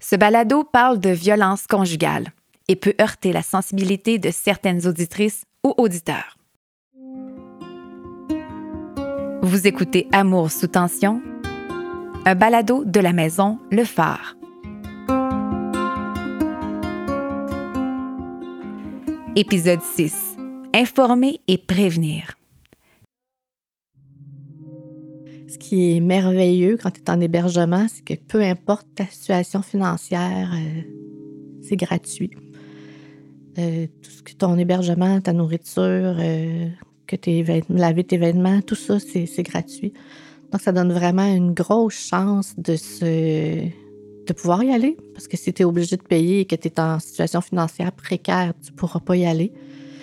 Ce balado parle de violence conjugale et peut heurter la sensibilité de certaines auditrices ou auditeurs. Vous écoutez Amour sous tension, un balado de la maison Le Phare. Épisode 6. Informer et prévenir. Ce qui est merveilleux quand tu es en hébergement, c'est que peu importe ta situation financière, c'est gratuit. Tout ce que ton hébergement, ta nourriture, que laver tes vêtements, tout ça, c'est gratuit. Donc, ça donne vraiment une grosse chance de pouvoir y aller. Parce que si tu es obligé de payer et que tu es en situation financière précaire, tu ne pourras pas y aller.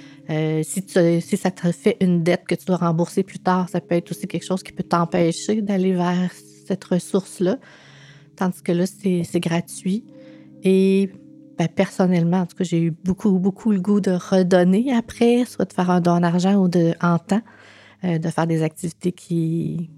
Si ça te fait une dette que tu dois rembourser plus tard, ça peut être aussi quelque chose qui peut t'empêcher d'aller vers cette ressource-là. Tandis que là, c'est gratuit. Et personnellement, en tout cas, j'ai eu beaucoup le goût de redonner après, soit de faire un don en argent ou en temps, de faire des activités qui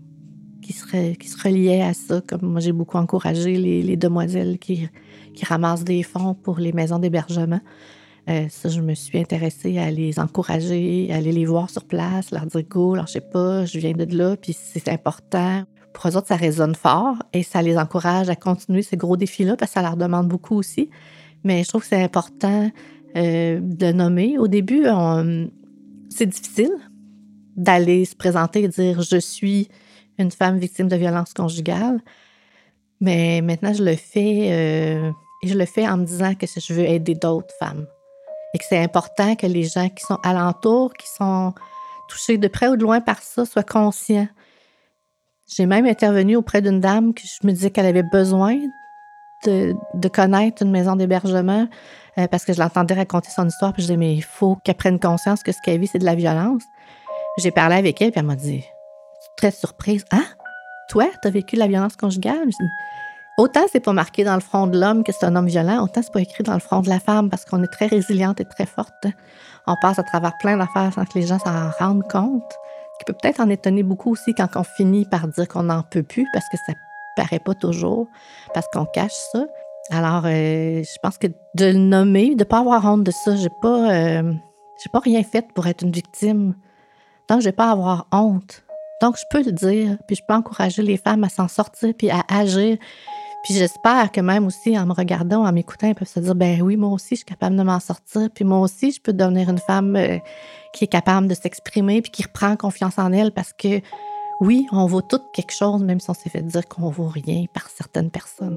se reliaient à ça. Comme moi, j'ai beaucoup encouragé les demoiselles qui ramassent des fonds pour les maisons d'hébergement. Ça, je me suis intéressée à les encourager, à aller les voir sur place, leur dire « Go, alors je sais pas, je viens de là », puis c'est important. Pour eux autres, ça résonne fort et ça les encourage à continuer ces gros défis-là parce que ça leur demande beaucoup aussi. Mais je trouve que c'est important de nommer. Au début, c'est difficile d'aller se présenter et dire « Je suis une femme victime de violence conjugale ». Mais maintenant, je le fais et je le fais en me disant que je veux aider d'autres femmes. Et que c'est important que les gens qui sont alentours, qui sont touchés de près ou de loin par ça, soient conscients. J'ai même intervenu auprès d'une dame que je me disais qu'elle avait besoin de connaître une maison d'hébergement parce que je l'entendais raconter son histoire. Puis je disais, mais il faut qu'elle prenne conscience que ce qu'elle vit, c'est de la violence. J'ai parlé avec elle, puis elle m'a dit, très surprise, « Hein? Toi, t'as vécu de la violence conjugale? » Autant c'est pas marqué dans le front de l'homme que c'est un homme violent, autant c'est pas écrit dans le front de la femme parce qu'on est très résiliente et très forte. On passe à travers plein d'affaires sans que les gens s'en rendent compte. Ce qui peut peut-être en étonner beaucoup aussi quand on finit par dire qu'on n'en peut plus parce que ça paraît pas toujours, parce qu'on cache ça. Alors, je pense que de le nommer, de pas avoir honte de ça, j'ai pas rien fait pour être une victime. Donc, je vais pas avoir honte. Donc, je peux le dire, puis je peux encourager les femmes à s'en sortir puis à agir. Puis j'espère que même aussi, en me regardant, en m'écoutant, ils peuvent se dire, ben oui, moi aussi, je suis capable de m'en sortir. Puis moi aussi, je peux devenir une femme qui est capable de s'exprimer puis qui reprend confiance en elle parce que, oui, on vaut toutes quelque chose, même si on s'est fait dire qu'on vaut rien par certaines personnes.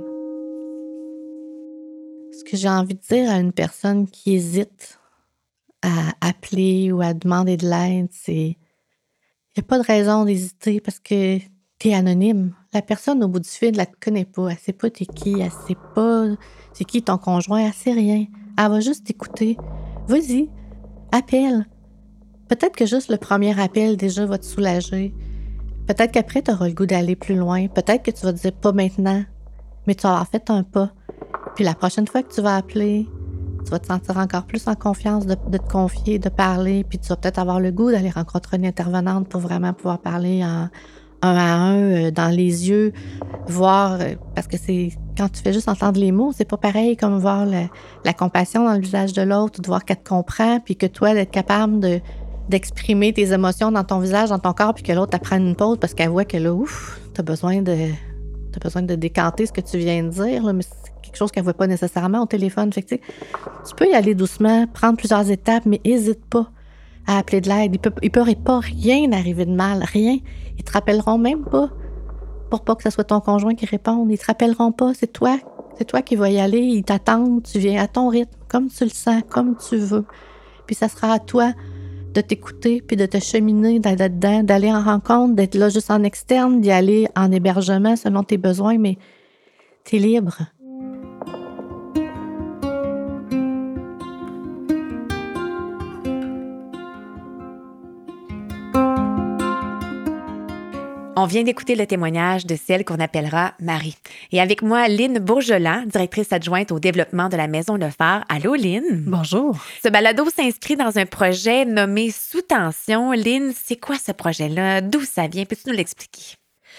Ce que j'ai envie de dire à une personne qui hésite à appeler ou à demander de l'aide, c'est il n'y a pas de raison d'hésiter parce que tu es anonyme. La personne au bout du fil ne la connaît pas. Elle ne sait pas t'es qui. Elle ne sait pas c'est qui ton conjoint. Elle ne sait rien. Elle va juste t'écouter. Vas-y, appelle. Peut-être que juste le premier appel déjà va te soulager. Peut-être qu'après, tu auras le goût d'aller plus loin. Peut-être que tu vas te dire pas maintenant, mais tu vas avoir fait un pas. Puis la prochaine fois que tu vas appeler, tu vas te sentir encore plus en confiance de te confier, de parler, puis tu vas peut-être avoir le goût d'aller rencontrer une intervenante pour vraiment pouvoir parler un à un, dans les yeux, voir, parce que c'est quand tu fais juste entendre les mots, c'est pas pareil comme voir la compassion dans le visage de l'autre, de voir qu'elle te comprend, puis que toi, d'être capable d'exprimer tes émotions dans ton visage, dans ton corps, puis que l'autre prenne une pause parce qu'elle voit que là, ouf, t'as besoin de décanter ce que tu viens de dire, là, mais c'est quelque chose qu'elle voit pas nécessairement au téléphone. Fait que, tu peux y aller doucement, prendre plusieurs étapes, mais hésite pas à appeler de l'aide. Il peut pas rien arriver de mal, rien. Ils te rappelleront même pas pour pas que ce soit ton conjoint qui réponde. Ils te rappelleront pas, c'est toi qui vas y aller. Ils t'attendent, tu viens à ton rythme, comme tu le sens, comme tu veux. Puis ça sera à toi de t'écouter, puis de te cheminer là-dedans, d'aller en rencontre, d'être là juste en externe, d'y aller en hébergement selon tes besoins, mais t'es libre. On vient d'écouter le témoignage de celle qu'on appellera Marie. Et avec moi, Lynn Bourgelat, directrice adjointe au développement de la Maison Le Phare. Allô, Lynn? Bonjour. Ce balado s'inscrit dans un projet nommé Sous tension. Lynn, c'est quoi ce projet-là? D'où ça vient? Peux-tu nous l'expliquer?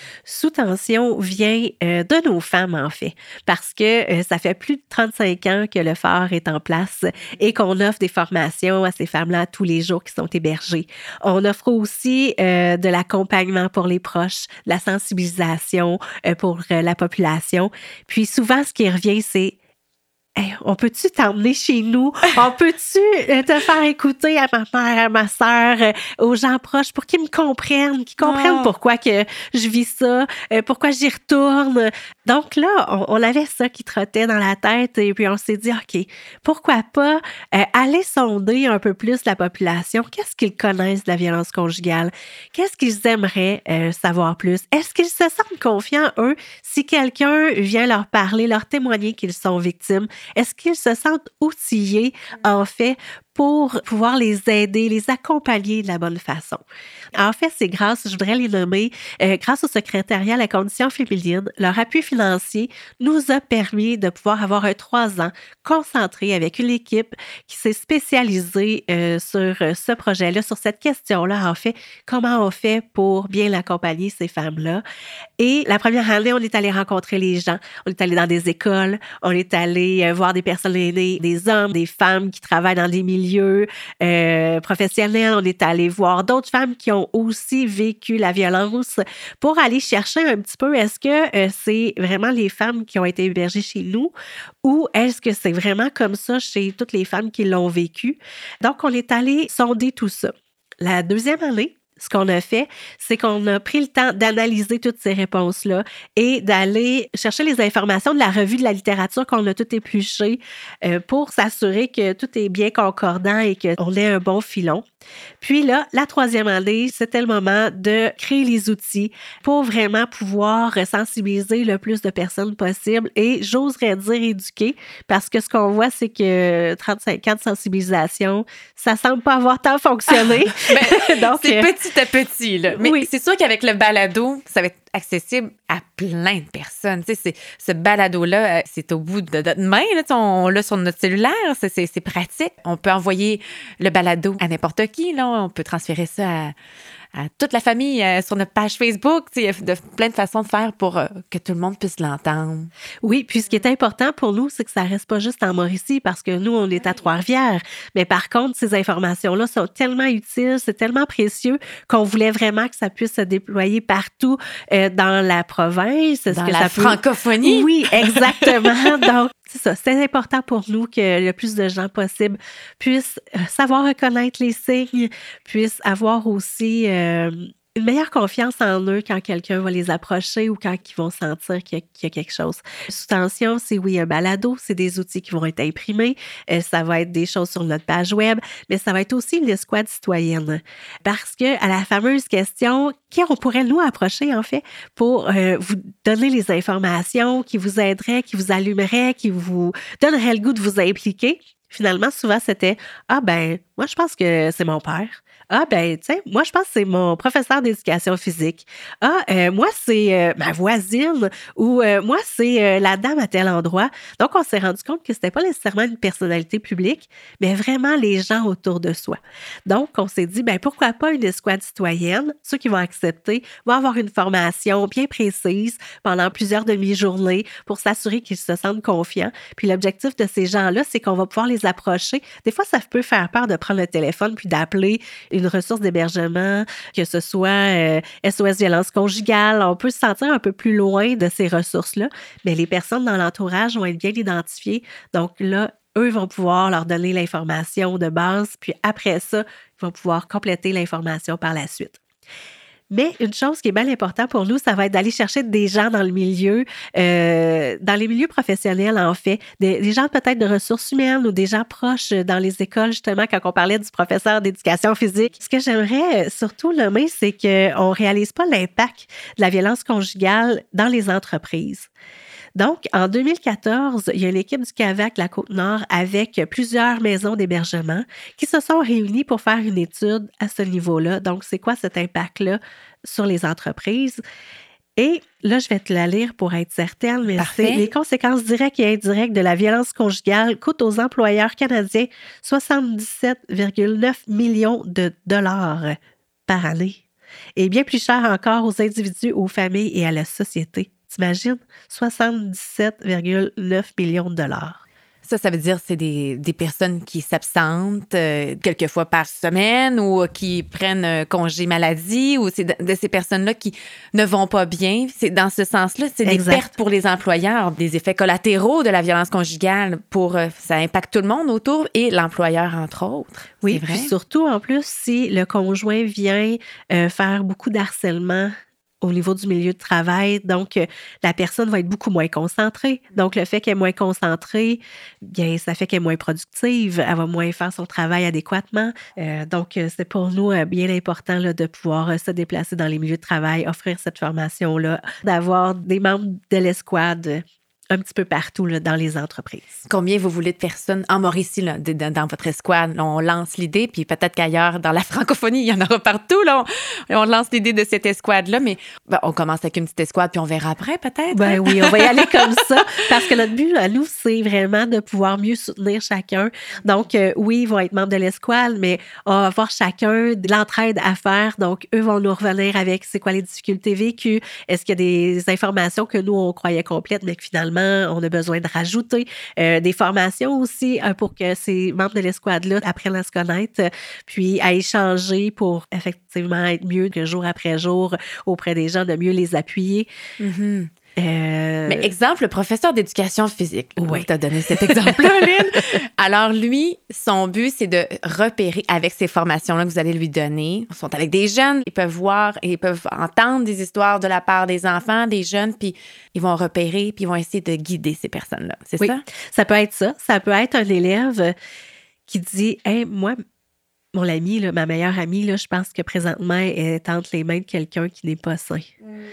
Sous tension vient de nos femmes, en fait, parce que ça fait plus de 35 ans que le phare est en place et qu'on offre des formations à ces femmes-là tous les jours qui sont hébergées. On offre aussi de l'accompagnement pour les proches, de la sensibilisation pour la population. Puis souvent, ce qui revient, c'est hey, on peut-tu t'emmener chez nous? On peut-tu te faire écouter à ma mère, à ma sœur, aux gens proches pour qu'ils me comprennent, qu'ils comprennent pourquoi que je vis ça, pourquoi j'y retourne. Donc là, on avait ça qui trottait dans la tête et puis on s'est dit, OK, pourquoi pas aller sonder un peu plus la population? Qu'est-ce qu'ils connaissent de la violence conjugale? Qu'est-ce qu'ils aimeraient savoir plus? Est-ce qu'ils se sentent confiants, eux, si quelqu'un vient leur parler, leur témoigner qu'ils sont victimes? Est-ce qu'ils se sentent outillés, en fait, pour pouvoir les aider, les accompagner de la bonne façon? En fait, c'est grâce, je voudrais les nommer, grâce au secrétariat à la condition féminine, leur appui financier nous a permis de pouvoir avoir un 3 ans concentré avec une équipe qui s'est spécialisée sur ce projet-là, sur cette question-là, en fait, comment on fait pour bien l'accompagner, ces femmes-là. Et la première année, on est allé rencontrer les gens, on est allé dans des écoles, on est allé voir des personnes aînées, des hommes, des femmes qui travaillent dans des milieux professionnels, on est allé voir d'autres femmes qui ont aussi vécu la violence pour aller chercher un petit peu, est-ce que c'est vraiment les femmes qui ont été hébergées chez nous ou est-ce que c'est vraiment comme ça chez toutes les femmes qui l'ont vécu? Donc, on est allé sonder tout ça. La deuxième année, ce qu'on a fait, c'est qu'on a pris le temps d'analyser toutes ces réponses-là et d'aller chercher les informations de la revue de la littérature qu'on a tout épluché pour s'assurer que tout est bien concordant et qu'on ait un bon filon. Puis là, la troisième année, c'était le moment de créer les outils pour vraiment pouvoir sensibiliser le plus de personnes possible et j'oserais dire éduquer parce que ce qu'on voit, c'est que 35 ans de sensibilisation, ça semble pas avoir tant fonctionné. Donc, c'est petit à petit, là. Mais oui, c'est sûr qu'avec le balado, ça va être accessible à plein de personnes. Tu sais, ce balado-là, c'est au bout de notre main. Là, on l'a sur notre cellulaire. C'est pratique. On peut envoyer le balado à n'importe qui. Là. On peut transférer ça à toute la famille sur notre page Facebook. Il y a plein de façons de faire pour que tout le monde puisse l'entendre. Oui, puis ce qui est important pour nous, c'est que ça reste pas juste en Mauricie parce que nous, on est à Trois-Rivières. Mais par contre, ces informations-là sont tellement utiles, c'est tellement précieux qu'on voulait vraiment que ça puisse se déployer partout dans la province. Dans la francophonie. Oui, exactement. Donc, c'est ça. C'est important pour nous que le plus de gens possible puissent savoir reconnaître les signes, puissent avoir aussi une meilleure confiance en eux quand quelqu'un va les approcher ou quand ils vont sentir qu'il y a quelque chose. Sous tension, c'est oui, un balado, c'est des outils qui vont être imprimés, ça va être des choses sur notre page web, mais ça va être aussi une escouade citoyenne. Parce que à la fameuse question, qui on pourrait nous approcher en fait pour vous donner les informations qui vous aideraient, qui vous allumeraient, qui vous donneraient le goût de vous impliquer? Finalement, souvent, c'était « Ah ben, moi, je pense que c'est mon père. Ah ben, tu sais, moi, je pense que c'est mon professeur d'éducation physique. Ah, moi, c'est ma voisine ou moi, c'est la dame à tel endroit. » Donc, on s'est rendu compte que c'était pas nécessairement une personnalité publique, mais vraiment les gens autour de soi. Donc, on s'est dit, ben pourquoi pas une escouade citoyenne? Ceux qui vont accepter vont avoir une formation bien précise pendant plusieurs demi-journées pour s'assurer qu'ils se sentent confiants. Puis l'objectif de ces gens-là, c'est qu'on va pouvoir les approcher. Des fois, ça peut faire peur de prendre le téléphone puis d'appeler une ressource d'hébergement, que ce soit SOS violence conjugale. On peut se sentir un peu plus loin de ces ressources-là, mais les personnes dans l'entourage vont être bien identifiées. Donc là, eux vont pouvoir leur donner l'information de base, puis après ça, ils vont pouvoir compléter l'information par la suite. Mais une chose qui est bien importante pour nous, ça va être d'aller chercher des gens dans le milieu, dans les milieux professionnels en fait, des gens peut-être de ressources humaines ou des gens proches dans les écoles justement quand on parlait du professeur d'éducation physique. Ce que j'aimerais surtout nommer, c'est qu'on ne réalise pas l'impact de la violence conjugale dans les entreprises. Donc, en 2014, il y a l'équipe du CAVAC la Côte-Nord avec plusieurs maisons d'hébergement qui se sont réunies pour faire une étude à ce niveau-là. Donc, c'est quoi cet impact-là sur les entreprises? Et là, je vais te la lire pour être certaine, mais Parfait. c'est les conséquences directes et indirectes de la violence conjugale coûtent aux employeurs canadiens 77,9 millions de dollars par année. et bien plus cher encore aux individus, aux familles et à la société. T'imagines? 77,9 millions de dollars. Ça veut dire que c'est des personnes qui s'absentent quelques fois par semaine ou qui prennent congé maladie ou c'est de ces personnes-là qui ne vont pas bien. C'est dans ce sens-là, c'est des pertes pour les employeurs, des effets collatéraux de la violence conjugale ça impacte tout le monde autour et l'employeur, entre autres. Oui, puis surtout, en plus, si le conjoint vient faire beaucoup d'harcèlement au niveau du milieu de travail. Donc, la personne va être beaucoup moins concentrée. Donc, le fait qu'elle est moins concentrée, bien, ça fait qu'elle est moins productive. Elle va moins faire son travail adéquatement. Donc, c'est pour nous bien important là, de pouvoir se déplacer dans les milieux de travail, offrir cette formation-là, d'avoir des membres de l'escouade un petit peu partout là, dans les entreprises. Combien vous voulez de personnes en Mauricie là, dans votre escouade? Là, on lance l'idée, puis peut-être qu'ailleurs, dans la francophonie, il y en aura partout. Là, on lance l'idée de cette escouade-là, mais on commence avec une petite escouade, puis on verra après, peut-être. Ben oui, on va y aller comme ça, parce que notre but, à nous, c'est vraiment de pouvoir mieux soutenir chacun. Donc, oui, ils vont être membres de l'escouade, mais on va avoir chacun de l'entraide à faire. Donc, eux vont nous revenir avec c'est quoi les difficultés vécues, est-ce qu'il y a des informations que nous, on croyait complètes, mais que finalement, on a besoin de rajouter des formations aussi pour que ces membres de l'escouade-là apprennent à se connaître, puis à échanger pour effectivement être mieux que jour après jour auprès des gens, de mieux les appuyer. Mm-hmm. Mais exemple, le professeur d'éducation physique. Oui. Tu as donné cet exemple-là, Lynn. Alors, lui, son but, c'est de repérer avec ces formations-là que vous allez lui donner. Ils sont avec des jeunes, ils peuvent voir et ils peuvent entendre des histoires de la part des enfants, des jeunes, puis ils vont repérer, puis ils vont essayer de guider ces personnes-là. C'est ça? Ça peut être ça. Ça peut être un élève qui dit « Hey, moi, mon amie, là, ma meilleure amie, là, je pense que présentement, elle est entre les mains de quelqu'un qui n'est pas sain.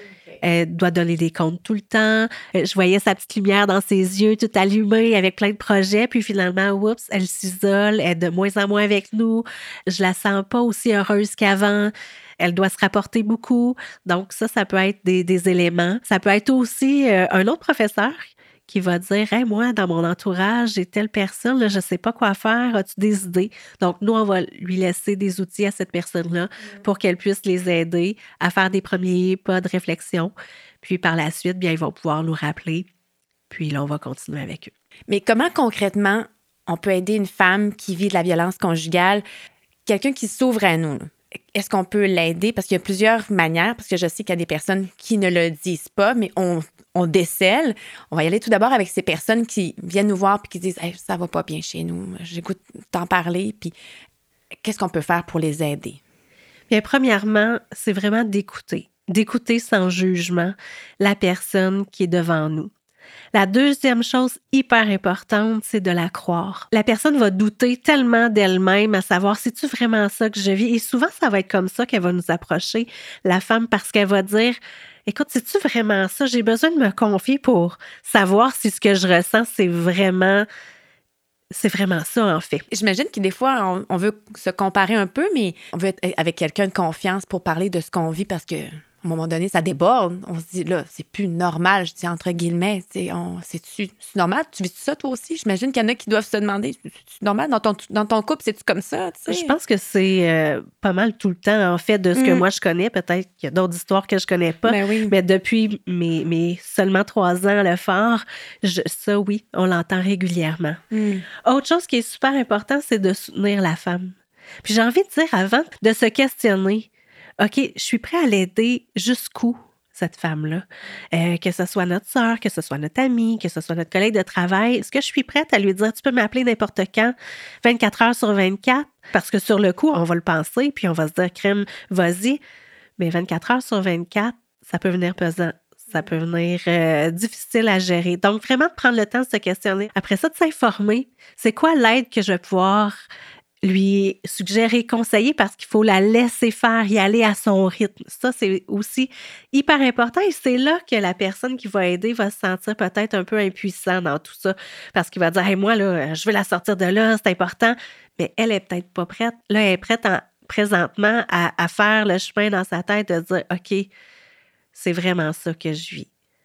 Elle doit donner des comptes tout le temps. Je voyais sa petite lumière dans ses yeux, tout allumée, avec plein de projets. Puis finalement, oups, elle s'isole, elle est de moins en moins avec nous. Je la sens pas aussi heureuse qu'avant. Elle doit se rapporter beaucoup. » Donc ça peut être des éléments. Ça peut être aussi un autre professeur qui va dire « Hey, moi, dans mon entourage, j'ai telle personne, là, je ne sais pas quoi faire, as-tu des idées? » Donc, nous, on va lui laisser des outils à cette personne-là pour qu'elle puisse les aider à faire des premiers pas de réflexion. Puis, par la suite, bien, ils vont pouvoir nous rappeler. Puis là, on va continuer avec eux. Mais comment, concrètement, on peut aider une femme qui vit de la violence conjugale, quelqu'un qui s'ouvre à nous, là? Est-ce qu'on peut l'aider? Parce qu'il y a plusieurs manières, parce que je sais qu'il y a des personnes qui ne le disent pas, mais on décèle. On va y aller tout d'abord avec ces personnes qui viennent nous voir puis qui disent hey, « ça va pas bien chez nous, j'écoute t'en parler », puis qu'est-ce qu'on peut faire pour les aider? Bien, premièrement, c'est vraiment d'écouter sans jugement la personne qui est devant nous. La deuxième chose hyper importante, c'est de la croire. La personne va douter tellement d'elle-même à savoir, c'est-tu vraiment ça que je vis? Et souvent, ça va être comme ça qu'elle va nous approcher, la femme, parce qu'elle va dire, écoute, c'est-tu vraiment ça? J'ai besoin de me confier pour savoir si ce que je ressens, c'est vraiment ça, en fait. J'imagine que des fois, on veut se comparer un peu, mais on veut être avec quelqu'un de confiance pour parler de ce qu'on vit parce que à un moment donné, ça déborde. On se dit, là, c'est plus normal, je dis entre guillemets. C'est-tu normal? Tu vis ça toi aussi? J'imagine qu'il y en a qui doivent se demander, c'est normal? Dans ton couple, c'est-tu comme ça? T'sais? Je pense que c'est pas mal tout le temps, en fait, de ce que moi je connais. Peut-être qu'il y a d'autres histoires que je connais pas. Ben oui. Mais depuis mes seulement 3 ans à le faire, ça, oui, on l'entend régulièrement. Autre chose qui est super important, c'est de soutenir la femme. Puis j'ai envie de dire, avant de se questionner, OK, je suis prêt à l'aider jusqu'où, cette femme-là? Que ce soit notre sœur, que ce soit notre amie, que ce soit notre collègue de travail. Est-ce que je suis prête à lui dire, tu peux m'appeler n'importe quand, 24 heures sur 24? Parce que sur le coup, on va le penser, puis on va se dire, crème, vas-y. Mais 24 heures sur 24, ça peut venir pesant. Ça peut venir difficile à gérer. Donc, vraiment de prendre le temps de se questionner. Après ça, de s'informer. C'est quoi l'aide que je vais pouvoir lui suggérer, conseiller, parce qu'il faut la laisser faire, y aller à son rythme. Ça, c'est aussi hyper important et c'est là que la personne qui va aider va se sentir peut-être un peu impuissant dans tout ça parce qu'il va dire « Hey, moi, là, je veux la sortir de là, c'est important. » Mais elle est peut-être pas prête. Là, elle est prête présentement à faire le chemin dans sa tête de dire « OK, c'est vraiment ça que je vis. »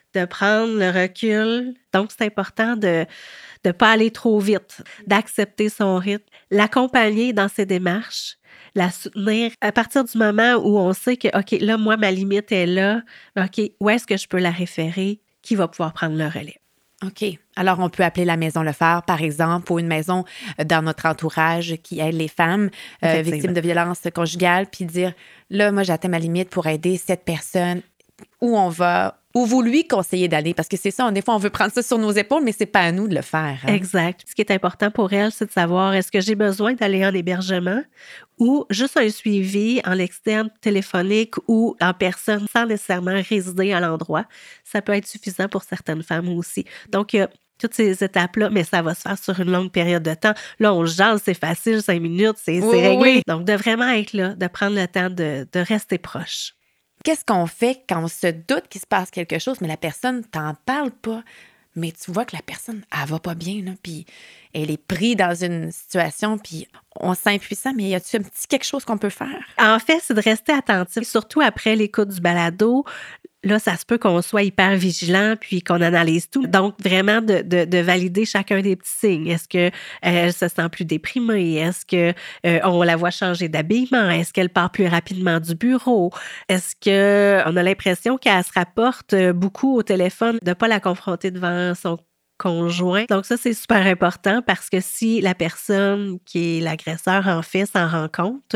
de prendre le recul. Donc, c'est important de ne pas aller trop vite, d'accepter son rythme, l'accompagner dans ses démarches, la soutenir à partir du moment où on sait que, OK, là, moi, ma limite est là. OK, où est-ce que je peux la référer? Qui va pouvoir prendre le relais? OK. Alors, on peut appeler la Maison Le Phare, par exemple, ou une maison dans notre entourage qui aide les femmes victimes de violences conjugales, puis dire, là, moi, j'atteins ma limite pour aider cette personne. Où on va, où vous lui conseillez d'aller, parce que c'est ça, des fois, on veut prendre ça sur nos épaules, mais c'est pas à nous de le faire. Hein? Exact. Ce qui est important pour elle, c'est de savoir, est-ce que j'ai besoin d'aller en hébergement ou juste un suivi en externe, téléphonique ou en personne, sans nécessairement résider à l'endroit. Ça peut être suffisant pour certaines femmes aussi. Donc, il y a toutes ces étapes-là, mais ça va se faire sur une longue période de temps. Là, on jase, c'est facile, 5 minutes, c'est réglé. Oui. Donc, de vraiment être là, de prendre le temps de rester proche. Qu'est-ce qu'on fait quand on se doute qu'il se passe quelque chose, mais la personne t'en parle pas, mais tu vois que la personne, elle va pas bien, là, puis elle est prise dans une situation, puis on se sent impuissant, mais y a-t-il un petit quelque chose qu'on peut faire? En fait, c'est de rester attentif, surtout après l'écoute du balado. Là, ça se peut qu'on soit hyper vigilant puis qu'on analyse tout. Donc, vraiment de valider chacun des petits signes. Est-ce qu'elle se sent plus déprimée? Est-ce qu'on la voit changer d'habillement? Est-ce qu'elle part plus rapidement du bureau? Est-ce qu'on a l'impression qu'elle se rapporte beaucoup au téléphone, de ne pas la confronter devant son conjoint? Donc, ça, c'est super important parce que si la personne qui est l'agresseur, en fait, s'en rend compte,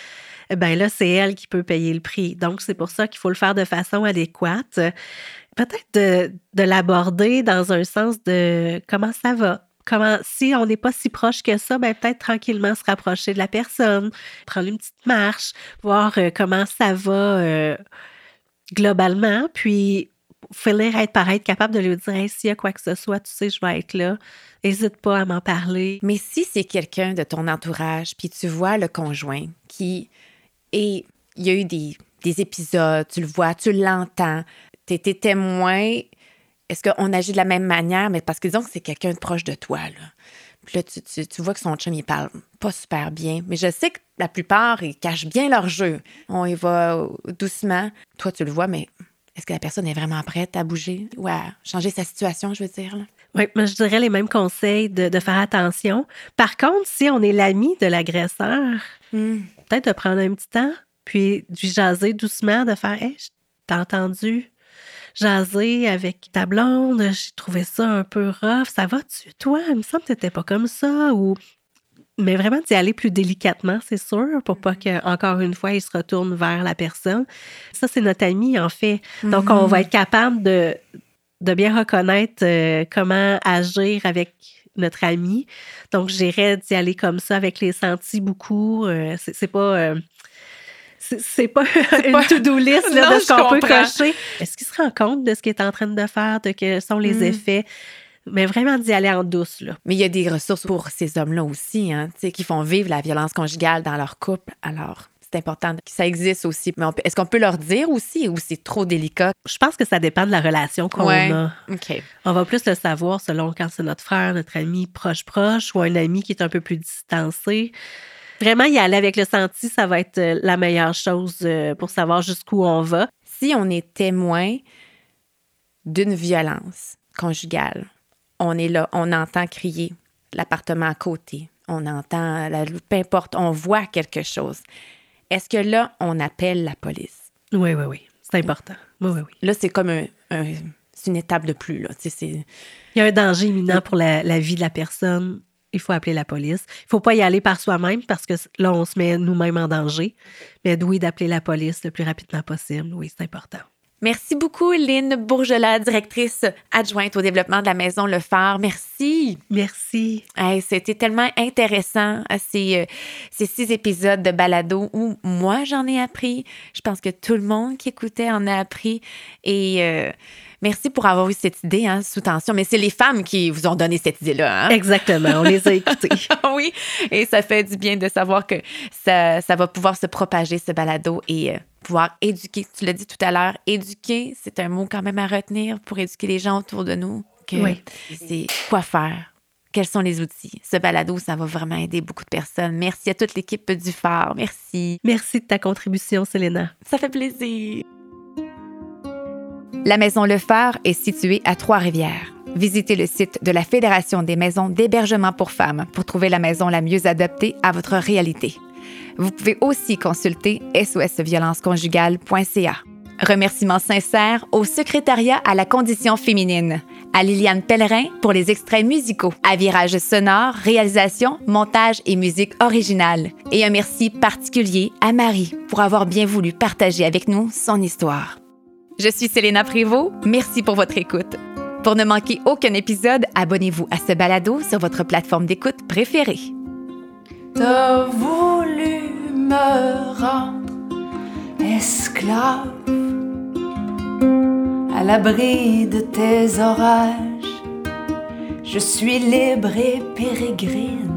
ben là, c'est elle qui peut payer le prix. Donc, c'est pour ça qu'il faut le faire de façon adéquate. Peut-être de l'aborder dans un sens de comment ça va. Si on n'est pas si proche que ça, ben peut-être tranquillement se rapprocher de la personne, prendre une petite marche, voir comment ça va globalement, puis être capable de lui dire hey, s'il y a quoi que ce soit, tu sais, je vais être là. N'hésite pas à m'en parler. Mais si c'est quelqu'un de ton entourage, puis tu vois le conjoint qui... Et il y a eu des épisodes, tu le vois, tu l'entends, tu étais témoin. Est-ce qu'on agit de la même manière? Mais parce que disons que c'est quelqu'un de proche de toi, là. Puis là, tu vois que son chum, il parle pas super bien. Mais je sais que la plupart, ils cachent bien leur jeu. On y va doucement. Toi, tu le vois, mais est-ce que la personne est vraiment prête à bouger ou à changer sa situation, je veux dire, là? Oui, mais je dirais les mêmes conseils de faire attention. Par contre, si on est l'ami de l'agresseur, peut-être de prendre un petit temps, puis de lui jaser doucement, de faire « Hey, t'as entendu jaser avec ta blonde, j'ai trouvé ça un peu rough, ça va-tu? Toi, il me semble que t'étais pas comme ça. » Mais vraiment d'y aller plus délicatement, c'est sûr, pour pas qu'encore une fois, il se retourne vers la personne. Ça, c'est notre ami, en fait. Donc, on va être capable de bien reconnaître comment agir avec notre ami. Donc, j'irais d'y aller comme ça avec les sentis beaucoup. C'est pas une to-do list là, non, de ce qu'on peut cocher. Est-ce qu'il se rend compte de ce qu'il est en train de faire, de quels sont les effets? Mais vraiment d'y aller en douce, là. Mais il y a des ressources pour ces hommes-là aussi, hein, qui font vivre la violence conjugale dans leur couple. Alors, c'est important que ça existe aussi. Mais est-ce qu'on peut leur dire aussi ou c'est trop délicat? Je pense que ça dépend de la relation qu'on a. OK. On va plus le savoir selon quand c'est notre frère, notre ami proche ou un ami qui est un peu plus distancé. Vraiment, y aller avec le senti, ça va être la meilleure chose pour savoir jusqu'où on va. Si on est témoin d'une violence conjugale, on est là, on entend crier l'appartement à côté, on entend, peu importe, on voit quelque chose. Est-ce que là, on appelle la police? Oui. C'est important. Oui. Là, c'est comme c'est une étape de plus, là. Il y a un danger imminent pour la vie de la personne. Il faut appeler la police. Il ne faut pas y aller par soi-même parce que là, on se met nous-mêmes en danger. Mais oui, d'appeler la police le plus rapidement possible. Oui, c'est important. Merci beaucoup, Lynn Bourgelat, directrice adjointe au développement de la Maison Le Phare. Merci. Merci. Hey, c'était tellement intéressant, ces 6 épisodes de balado où moi, j'en ai appris. Je pense que tout le monde qui écoutait en a appris. Et merci pour avoir eu cette idée, hein, sous tension. Mais c'est les femmes qui vous ont donné cette idée-là. Hein? Exactement, on les a écoutées. Oui, et ça fait du bien de savoir que ça va pouvoir se propager, ce balado, et pouvoir éduquer. Tu l'as dit tout à l'heure, éduquer, c'est un mot quand même à retenir pour éduquer les gens autour de nous. Oui. C'est quoi faire, quels sont les outils. Ce balado, ça va vraiment aider beaucoup de personnes. Merci à toute l'équipe du Phare. Merci. Merci de ta contribution, Selena. Ça fait plaisir. La Maison Le Phare est située à Trois-Rivières. Visitez le site de la Fédération des maisons d'hébergement pour femmes pour trouver la maison la mieux adaptée à votre réalité. Vous pouvez aussi consulter sosviolenceconjugale.ca. Remerciements sincères au secrétariat à la condition féminine, à Liliane Pellerin pour les extraits musicaux, à Virage sonore, réalisation, montage et musique originale. Et un merci particulier à Marie pour avoir bien voulu partager avec nous son histoire. Je suis Céléna Prévost. Merci pour votre écoute. Pour ne manquer aucun épisode, abonnez-vous à ce balado sur votre plateforme d'écoute préférée. T'as voulu me rendre esclave à l'abri de tes orages. Je suis libre et pérégrine